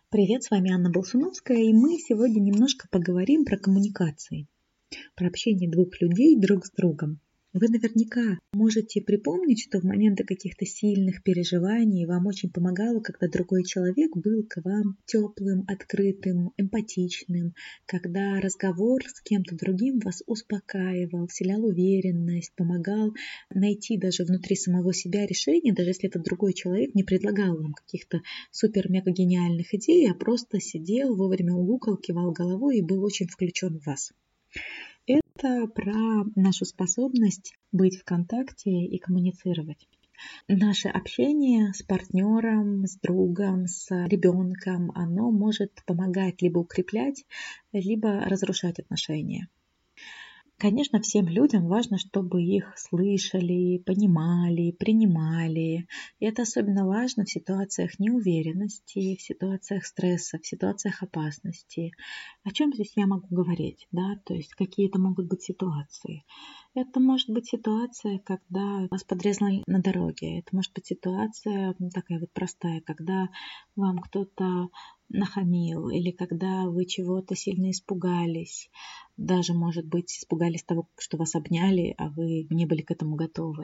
Привет, с вами Анна Болсуновская, и мы сегодня немножко поговорим про коммуникации, про общение двух людей друг с другом. Вы наверняка можете припомнить, что в моменты каких-то сильных переживаний вам очень помогало, когда другой человек был к вам теплым, открытым, эмпатичным, когда разговор с кем-то другим вас успокаивал, вселял уверенность, помогал найти даже внутри самого себя решение, даже если этот другой человек не предлагал вам каких-то супер-мега-гениальных идей, а просто сидел, вовремя угукал, кивал головой и был очень включен в вас. Это про нашу способность быть в контакте и коммуницировать. Наше общение с партнером, с другом, с ребенком, оно может помогать либо укреплять, либо разрушать отношения. Конечно, всем людям важно, чтобы их слышали, понимали, принимали. И это особенно важно в ситуациях неуверенности, в ситуациях стресса, в ситуациях опасности. О чем здесь я могу говорить? Да? То есть какие это могут быть ситуации? Это может быть ситуация, когда вас подрезали на дороге. Это может быть ситуация такая вот простая, когда вам кто-то нахамил, или когда вы чего-то сильно испугались. Даже, может быть, испугались того, что вас обняли, а вы не были к этому готовы.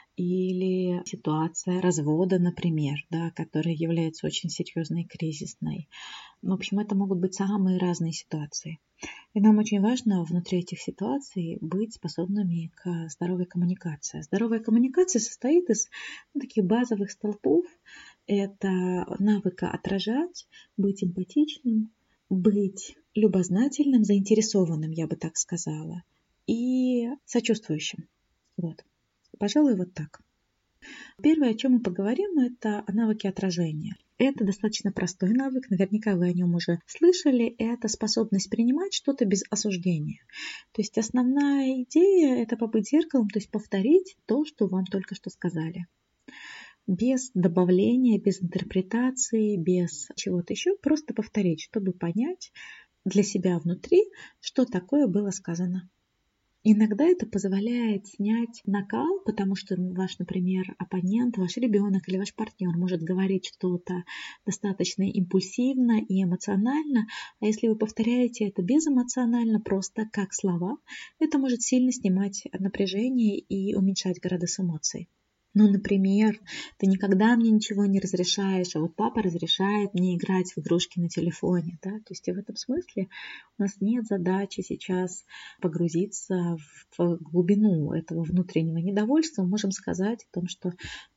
Или ситуация развода, например, да, которая является очень серьезной и кризисной. В общем, это могут быть самые разные ситуации. И нам очень важно внутри этих ситуаций быть способными к здоровой коммуникации. Здоровая коммуникация состоит из таких базовых столпов. Это навыка отражать, быть эмпатичным, быть любознательным, заинтересованным, я бы так сказала, и сочувствующим. Вот. Пожалуй, вот так. Первое, о чем мы поговорим, это о навыке отражения. Это достаточно простой навык, наверняка вы о нем уже слышали. Это способность принимать что-то без осуждения. То есть основная идея – это побыть зеркалом, то есть повторить то, что вам только что сказали. Без добавления, без интерпретации, без чего-то еще, просто повторить, чтобы понять для себя внутри, что такое было сказано. Иногда это позволяет снять накал, потому что ваш, например, оппонент, ваш ребенок или ваш партнер может говорить что-то достаточно импульсивно и эмоционально, а если вы повторяете это безэмоционально, просто как слова, это может сильно снимать напряжение и уменьшать градус эмоций. Ну, например, ты никогда мне ничего не разрешаешь, а вот папа разрешает мне играть в игрушки на телефоне. Да? То есть и в этом смысле у нас нет задачи сейчас погрузиться в глубину этого внутреннего недовольства. Мы можем сказать о том, что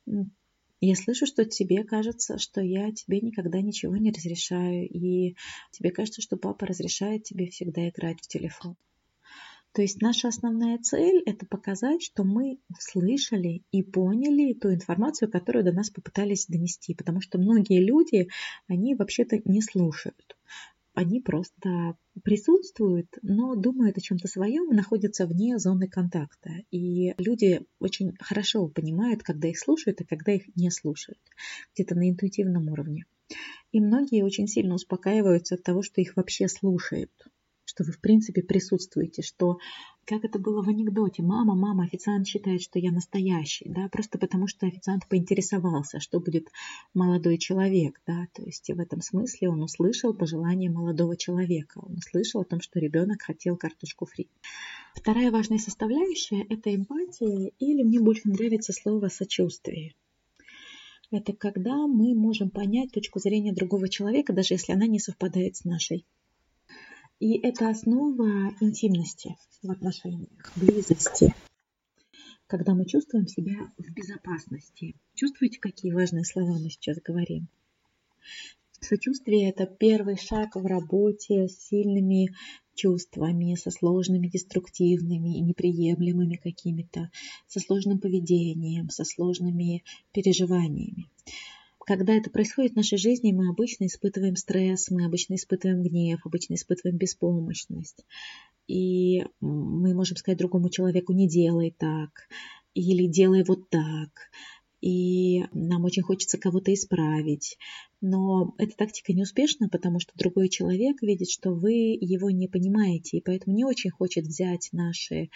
я слышу, что тебе кажется, что я тебе никогда ничего не разрешаю, и тебе кажется, что папа разрешает тебе всегда играть в телефон. То есть наша основная цель – это показать, что мы услышали и поняли ту информацию, которую до нас попытались донести. Потому что многие люди, они вообще-то не слушают. Они просто присутствуют, но думают о чем-то своем и находятся вне зоны контакта. И люди очень хорошо понимают, когда их слушают и когда их не слушают. Где-то на интуитивном уровне. И многие очень сильно успокаиваются от того, что их вообще слушают. Что вы в принципе присутствуете, что, как это было в анекдоте, мама, официант считает, что я настоящий, да, просто потому что официант поинтересовался, что будет молодой человек, да, то есть в этом смысле он услышал пожелание молодого человека, он услышал о том, что ребенок хотел картошку фри. Вторая важная составляющая – это эмпатия, или мне больше нравится слово сочувствие. Это когда мы можем понять точку зрения другого человека, даже если она не совпадает с нашей. И это основа интимности в отношениях, близости, когда мы чувствуем себя в безопасности. Чувствуете, какие важные слова мы сейчас говорим? Сочувствие – это первый шаг в работе с сильными чувствами, со сложными, деструктивными и неприемлемыми какими-то, со сложным поведением, со сложными переживаниями. Когда это происходит в нашей жизни, мы обычно испытываем стресс, мы обычно испытываем гнев, обычно испытываем беспомощность. И мы можем сказать другому человеку: не делай так, или делай вот так. И нам очень хочется кого-то исправить. Но эта тактика неуспешна, потому что другой человек видит, что вы его не понимаете, и поэтому не очень хочет взять наши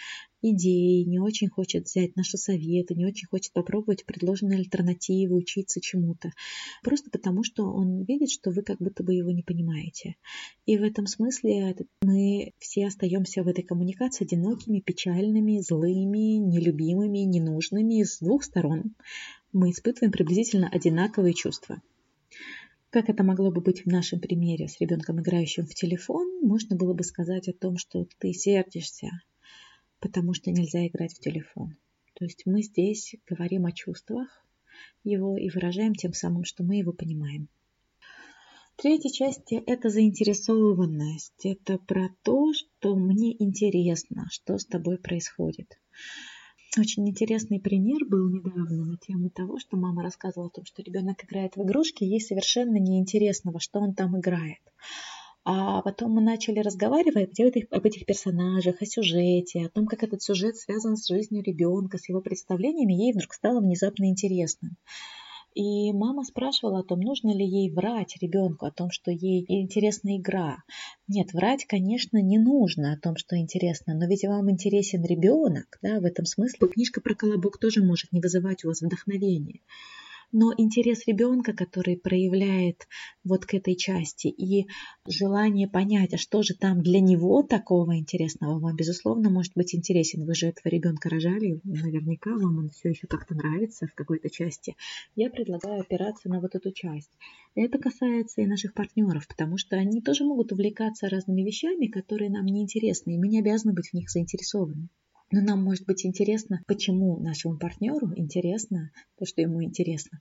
идей, не очень хочет взять наши советы, не очень хочет попробовать предложенные альтернативы, учиться чему-то. Просто потому, что он видит, что вы как будто бы его не понимаете. И в этом смысле мы все остаемся в этой коммуникации одинокими, печальными, злыми, нелюбимыми, ненужными с двух сторон. Мы испытываем приблизительно одинаковые чувства. Как это могло бы быть в нашем примере с ребенком, играющим в телефон, можно было бы сказать о том, что ты сердишься, потому что нельзя играть в телефон. То есть мы здесь говорим о чувствах его и выражаем тем самым, что мы его понимаем. Третья часть – это заинтересованность. Это про то, что мне интересно, что с тобой происходит. Очень интересный пример был недавно на тему того, что мама рассказывала о том, что ребенок играет в игрушки, ей совершенно неинтересно, во что он там играет. А потом мы начали разговаривать об этих персонажах, о сюжете, о том, как этот сюжет связан с жизнью ребенка, с его представлениями, ей вдруг стало внезапно интересно. И мама спрашивала о том, нужно ли ей врать ребенку о том, что ей интересна игра. Нет, врать, конечно, не нужно о том, что интересно, но ведь вам интересен ребенок, да, в этом смысле книжка про колобок тоже может не вызывать у вас вдохновения. Но интерес ребенка, который проявляет вот к этой части, и желание понять, а что же там для него такого интересного, вам, безусловно, может быть интересен. Вы же этого ребенка рожали, наверняка вам он все еще как-то нравится в какой-то части. Я предлагаю опираться на вот эту часть. Это касается и наших партнеров, потому что они тоже могут увлекаться разными вещами, которые нам не интересны, и мы не обязаны быть в них заинтересованы. Но нам может быть интересно, почему нашему партнеру интересно то, что ему интересно.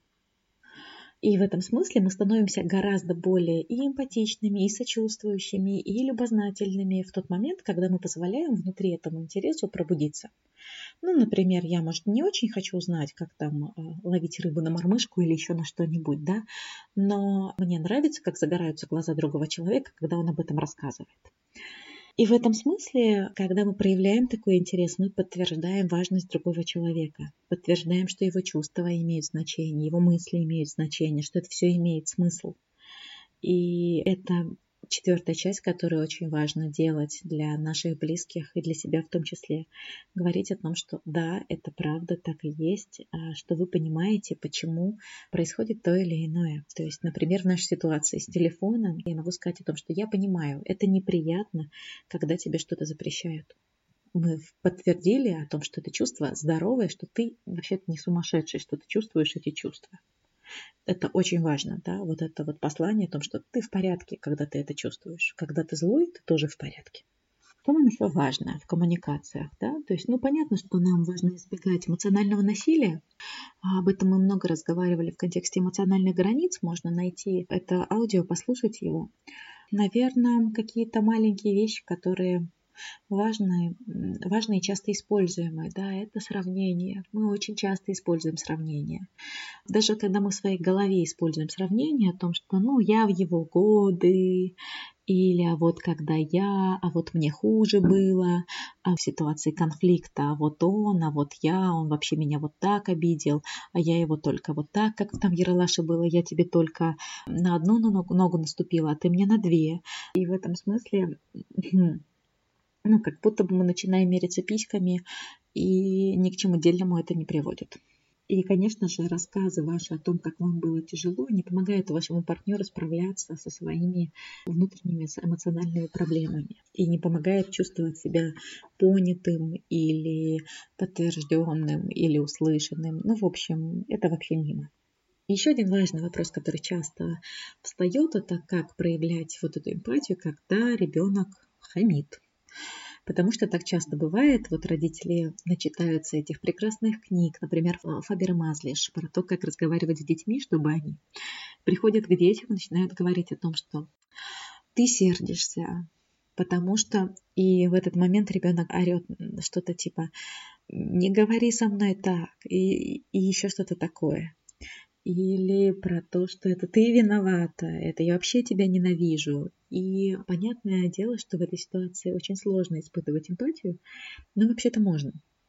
И в этом смысле мы становимся гораздо более и эмпатичными, и сочувствующими, и любознательными в тот момент, когда мы позволяем внутри этому интересу пробудиться. Ну, например, я, может, не очень хочу узнать, как там ловить рыбу на мормышку или еще на что-нибудь, да, но мне нравится, как загораются глаза другого человека, когда он об этом рассказывает. И в этом смысле, когда мы проявляем такой интерес, мы подтверждаем важность другого человека, подтверждаем, что его чувства имеют значение, его мысли имеют значение, что это все имеет смысл. И это четвертая часть, которую очень важно делать для наших близких и для себя в том числе. Говорить о том, что да, это правда, так и есть, что вы понимаете, почему происходит то или иное. То есть, например, в нашей ситуации с телефоном я могу сказать о том, что я понимаю, это неприятно, когда тебе что-то запрещают. Мы подтвердили о том, что это чувство здоровое, что ты вообще-то не сумасшедший, что ты чувствуешь эти чувства. Это очень важно, да, вот это вот послание о том, что ты в порядке, когда ты это чувствуешь. Когда ты злой, ты тоже в порядке. Что нам еще важно в коммуникациях, да? То есть, понятно, что нам важно избегать эмоционального насилия. Об этом мы много разговаривали в контексте эмоциональных границ. Можно найти это аудио, послушать его. Наверное, какие-то маленькие вещи, которые важные и часто используемые, да, это сравнение. Мы очень часто используем сравнение. Даже когда мы в своей голове используем сравнение о том, что, я в его годы, или а вот когда а вот мне хуже было, а в ситуации конфликта, а вот он, а вот он вообще меня вот так обидел, а я его только вот так, как там в Ералаше было, я тебе только на одну ногу наступила, а ты мне на две. И в этом смысле как будто бы мы начинаем мериться письками, и ни к чему дельному это не приводит. И, конечно же, рассказы ваши о том, как вам было тяжело, не помогают вашему партнеру справляться со своими внутренними эмоциональными проблемами. И не помогает чувствовать себя понятым или подтвержденным, или услышанным. В общем, это вообще мимо. Еще один важный вопрос, который часто встает, это как проявлять вот эту эмпатию, когда ребенок хамит. Потому что так часто бывает, родители начитаются этих прекрасных книг, например, Фабер Мазлиш, про то, как разговаривать с детьми, чтобы они приходят к детям и начинают говорить о том, что ты сердишься, потому что... И в этот момент ребенок орет что-то типа «не говори со мной так» и еще что-то такое. Или про то, что это ты виновата, это я вообще тебя ненавижу. И понятное дело, что в этой ситуации очень сложно испытывать эмпатию, но вообще-то можно.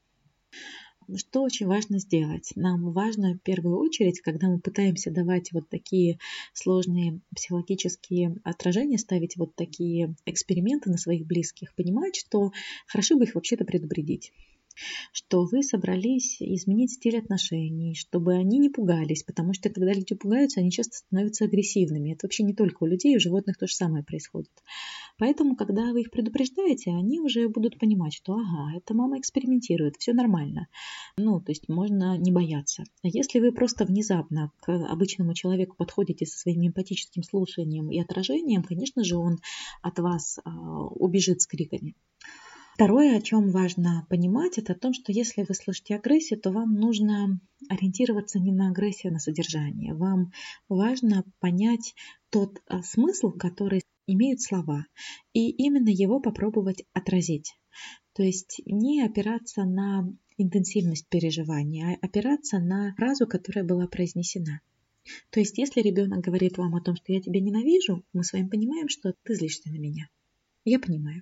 Что очень важно сделать? Нам важно в первую очередь, когда мы пытаемся давать вот такие сложные психологические отражения, ставить вот такие эксперименты на своих близких, понимать, что хорошо бы их вообще-то предупредить. что вы собрались изменить стиль отношений, чтобы они не пугались, потому что когда люди пугаются, они часто становятся агрессивными. Это вообще не только у людей, у животных то же самое происходит. Поэтому, когда вы их предупреждаете, они уже будут понимать, что ага, эта мама экспериментирует, все нормально. То есть можно не бояться. А если вы просто внезапно к обычному человеку подходите со своим эмпатическим слушанием и отражением, конечно же, он от вас убежит с криками. Второе, о чем важно понимать, это о том, что если вы слышите агрессию, то вам нужно ориентироваться не на агрессию, а на содержание. Вам важно понять тот смысл, который имеют слова, и именно его попробовать отразить. То есть не опираться на интенсивность переживания, а опираться на фразу, которая была произнесена. То есть если ребенок говорит вам о том, что я тебя ненавижу, мы с вами понимаем, что ты злишься на меня. Я понимаю.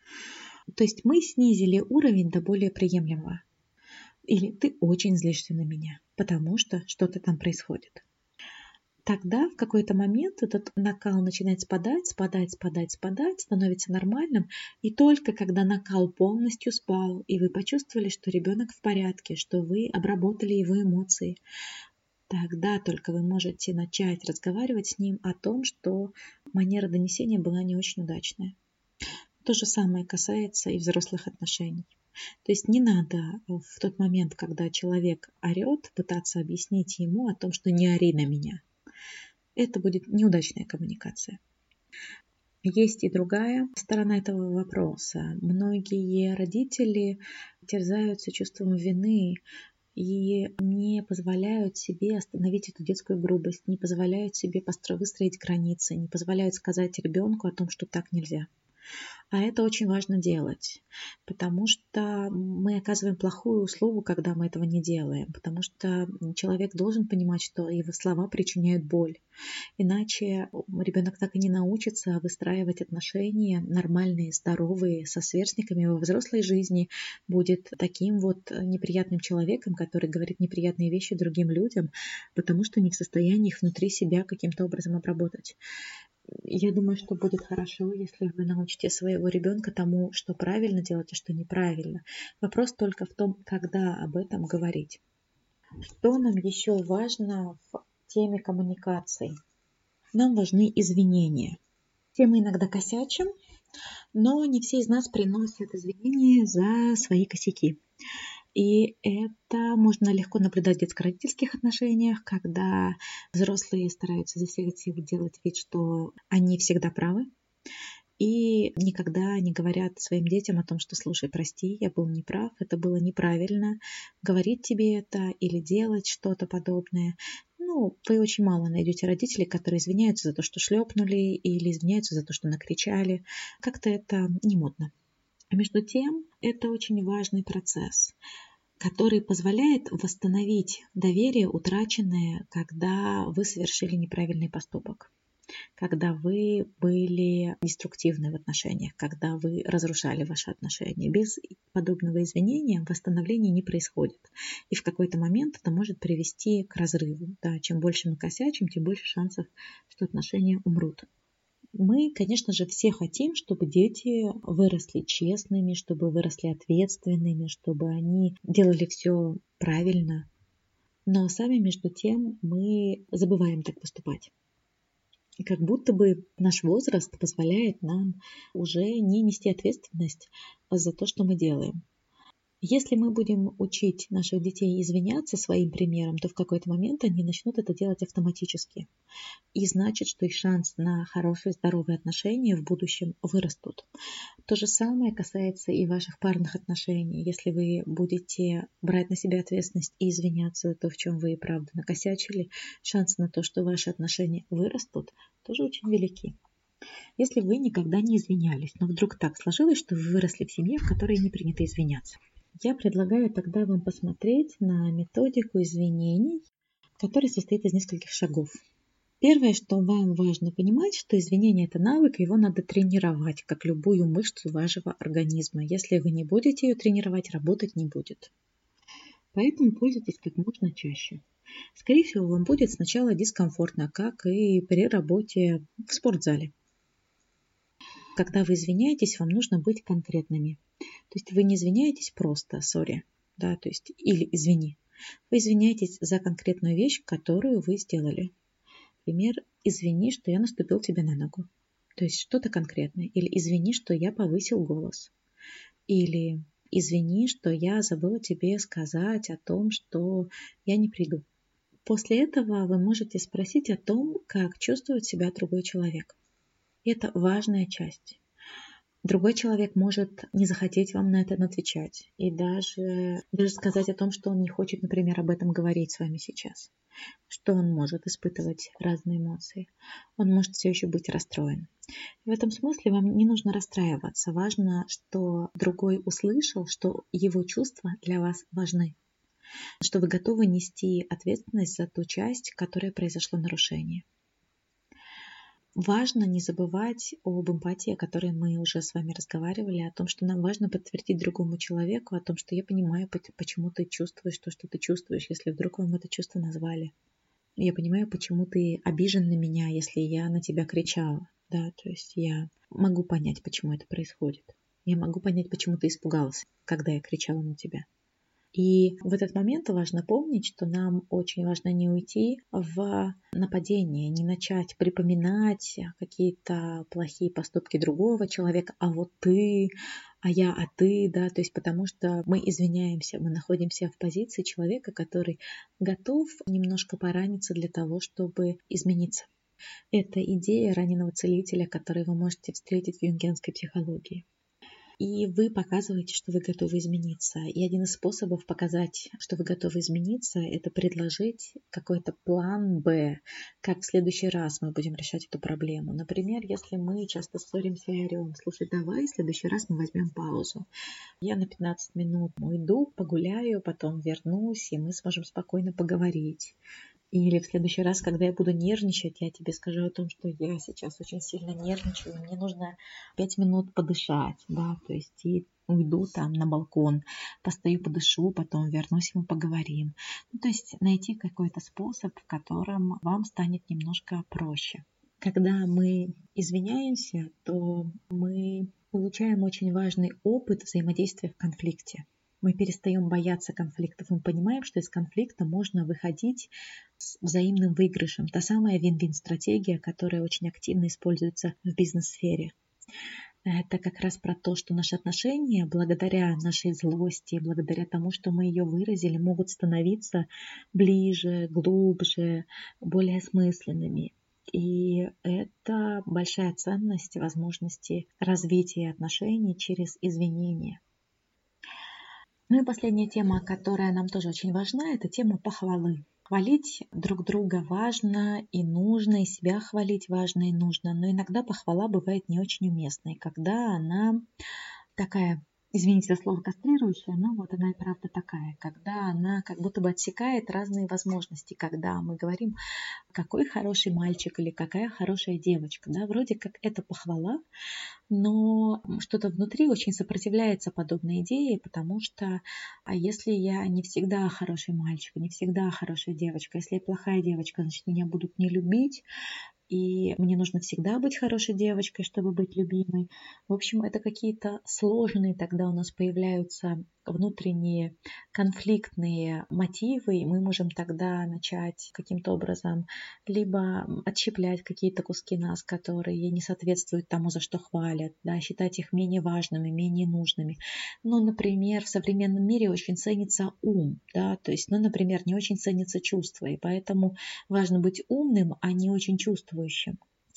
То есть мы снизили уровень до более приемлемого. Или ты очень злишься на меня, потому что что-то там происходит. Тогда в какой-то момент этот накал начинает спадать, становится нормальным. И только когда накал полностью спал, и вы почувствовали, что ребенок в порядке, что вы обработали его эмоции, тогда только вы можете начать разговаривать с ним о том, что манера донесения была не очень удачная. То же самое касается и взрослых отношений. То есть не надо в тот момент, когда человек орет, пытаться объяснить ему о том, что не ори на меня. Это будет неудачная коммуникация. Есть и другая сторона этого вопроса. Многие родители терзаются чувством вины и не позволяют себе остановить эту детскую грубость, не позволяют себе выстроить границы, не позволяют сказать ребенку о том, что так нельзя. А это очень важно делать, потому что мы оказываем плохую услугу, когда мы этого не делаем, потому что человек должен понимать, что его слова причиняют боль. Иначе ребенок так и не научится выстраивать отношения нормальные, здоровые, со сверстниками во взрослой жизни, будет таким вот неприятным человеком, который говорит неприятные вещи другим людям, потому что не в состоянии их внутри себя каким-то образом обработать. Я думаю, что будет хорошо, если вы научите своего ребенка тому, что правильно делать, а что неправильно. Вопрос только в том, когда об этом говорить. Что нам еще важно в теме коммуникаций? Нам важны извинения. Все мы иногда косячим, но не все из нас приносят извинения за свои косяки. И это можно легко наблюдать в детско-родительских отношениях, когда взрослые стараются за всех сил делать вид, что они всегда правы, и никогда не говорят своим детям о том, что «слушай, прости, я был неправ, это было неправильно, говорить тебе это или делать что-то подобное». Вы очень мало найдете родителей, которые извиняются за то, что шлепнули, или извиняются за то, что накричали. Как-то это не модно. А между тем, это очень важный процесс, который позволяет восстановить доверие, утраченное, когда вы совершили неправильный поступок, когда вы были деструктивны в отношениях, когда вы разрушали ваши отношения. Без подобного извинения восстановление не происходит. И в какой-то момент это может привести к разрыву. Да, чем больше мы косячим, тем больше шансов, что отношения умрут. Мы, конечно же, все хотим, чтобы дети выросли честными, чтобы выросли ответственными, чтобы они делали все правильно. Но сами, между тем, мы забываем так поступать. И как будто бы наш возраст позволяет нам уже не нести ответственность за то, что мы делаем. Если мы будем учить наших детей извиняться своим примером, то в какой-то момент они начнут это делать автоматически. И значит, что их шанс на хорошие, здоровые отношения в будущем вырастут. То же самое касается и ваших парных отношений. Если вы будете брать на себя ответственность и извиняться за то, в чем вы и правда накосячили, шансы на то, что ваши отношения вырастут, тоже очень велики. Если вы никогда не извинялись, но вдруг так сложилось, что вы выросли в семье, в которой не принято извиняться, я предлагаю тогда вам посмотреть на методику извинений, которая состоит из нескольких шагов. Первое, что вам важно понимать, что извинение – это навык, его надо тренировать, как любую мышцу вашего организма. Если вы не будете ее тренировать, работать не будет. Поэтому пользуйтесь как можно чаще. Скорее всего, вам будет сначала дискомфортно, как и при работе в спортзале. когда вы извиняетесь, вам нужно быть конкретными. То есть вы не извиняетесь просто, сори, да, то есть или извини. Вы извиняетесь за конкретную вещь, которую вы сделали. Например, извини, что я наступил тебе на ногу. То есть что-то конкретное. Или извини, что я повысил голос. Или извини, что я забыла тебе сказать о том, что я не приду. После этого вы можете спросить о том, как чувствует себя другой человек. И это важная часть. Другой человек может не захотеть вам на это отвечать. И даже сказать о том, что он не хочет, например, об этом говорить с вами сейчас. Что он может испытывать разные эмоции. Он может все еще быть расстроен. В этом смысле вам не нужно расстраиваться. Важно, что другой услышал, что его чувства для вас важны. Что вы готовы нести ответственность за ту часть, в которой произошло нарушение. Важно не забывать об эмпатии, о которой мы уже с вами разговаривали, о том, что нам важно подтвердить другому человеку, о том, что я понимаю, почему ты чувствуешь то, что ты чувствуешь, если вдруг вам это чувство назвали. Я понимаю, почему ты обижен на меня, если я на тебя кричала. Да, то есть я могу понять, почему это происходит. Я могу понять, почему ты испугался, когда я кричала на тебя. И в этот момент важно помнить, что нам очень важно не уйти в нападение, не начать припоминать какие-то плохие поступки другого человека, а вот ты, а я, а ты, да, то есть потому что мы извиняемся, мы находимся в позиции человека, который готов немножко пораниться для того, чтобы измениться. Это идея раненого целителя, которую вы можете встретить в юнгианской психологии. И вы показываете, что вы готовы измениться. И один из способов показать, что вы готовы измениться, это предложить какой-то план «Б», как в следующий раз мы будем решать эту проблему. Например, если мы часто ссоримся и орем: слушай, давай в следующий раз мы возьмем паузу. Я на 15 минут уйду, погуляю, потом вернусь, и мы сможем спокойно поговорить. Или в следующий раз, когда я буду нервничать, я тебе скажу о том, что я сейчас очень сильно нервничаю, и мне нужно 5 минут подышать, да, то есть и уйду там на балкон, постою, подышу, потом вернусь, и мы поговорим. Ну, то есть найти какой-то способ, в котором вам станет немножко проще. Когда мы извиняемся, то мы получаем очень важный опыт взаимодействия в конфликте. Мы перестаем бояться конфликтов, мы понимаем, что из конфликта можно выходить с взаимным выигрышем. Та самая вин-вин-стратегия, которая очень активно используется в бизнес-сфере. Это как раз про то, что наши отношения, благодаря нашей злости, благодаря тому, что мы ее выразили, могут становиться ближе, глубже, более осмысленными. И это большая ценность возможности развития отношений через извинения. Ну и последняя тема, которая нам тоже очень важна, это тема похвалы. Хвалить друг друга важно и нужно, и себя хвалить важно и нужно, но иногда похвала бывает не очень уместной, когда она такая, извините за слово кастрирующая, но вот она и правда такая, когда она как будто бы отсекает разные возможности, когда мы говорим, какой хороший мальчик или какая хорошая девочка, да, вроде как это похвала, но что-то внутри очень сопротивляется подобной идее, потому что а если я не всегда хороший мальчик, не всегда хорошая девочка, если я плохая девочка, значит, меня будут не любить, и мне нужно всегда быть хорошей девочкой, чтобы быть любимой. В общем, это какие-то сложные тогда у нас появляются внутренние конфликтные мотивы, и мы можем тогда начать каким-то образом либо отщеплять какие-то куски нас, которые не соответствуют тому, за что хвалят, да, считать их менее важными, менее нужными. Ну, например, в современном мире очень ценится ум, да, то есть, например, не очень ценится чувство, и поэтому важно быть умным, а не очень чувствующим.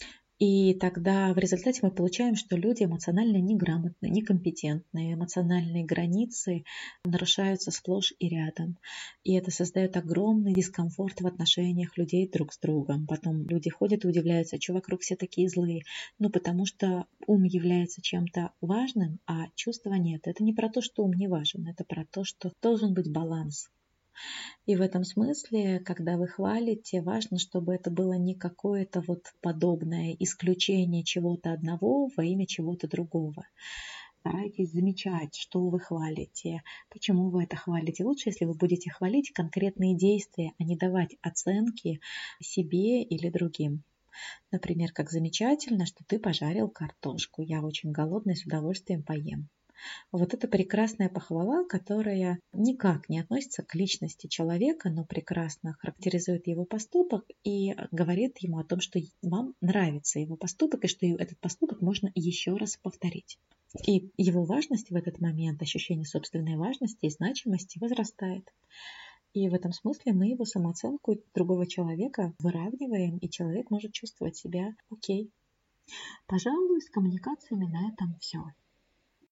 И тогда в результате мы получаем, что люди эмоционально неграмотные, некомпетентные, эмоциональные границы нарушаются сплошь и рядом. И это создает огромный дискомфорт в отношениях людей друг с другом. Потом люди ходят и удивляются, что вокруг все такие злые. Потому что ум является чем-то важным, а чувства нет. Это не про то, что ум не важен, это про то, что должен быть баланс. И в этом смысле, когда вы хвалите, важно, чтобы это было не какое-то вот подобное исключение чего-то одного во имя чего-то другого. Старайтесь замечать, что вы хвалите, почему вы это хвалите. Лучше, если вы будете хвалить конкретные действия, а не давать оценки себе или другим. Например, как замечательно, что ты пожарил картошку. Я очень голодный, с удовольствием поем. Вот это прекрасная похвала, которая никак не относится к личности человека, но прекрасно характеризует его поступок и говорит ему о том, что вам нравится его поступок и что этот поступок можно еще раз повторить. И его важность в этот момент, ощущение собственной важности и значимости возрастает. И в этом смысле мы его самооценку другого человека выравниваем, и человек может чувствовать себя окей. Пожалуй, с коммуникациями на этом все.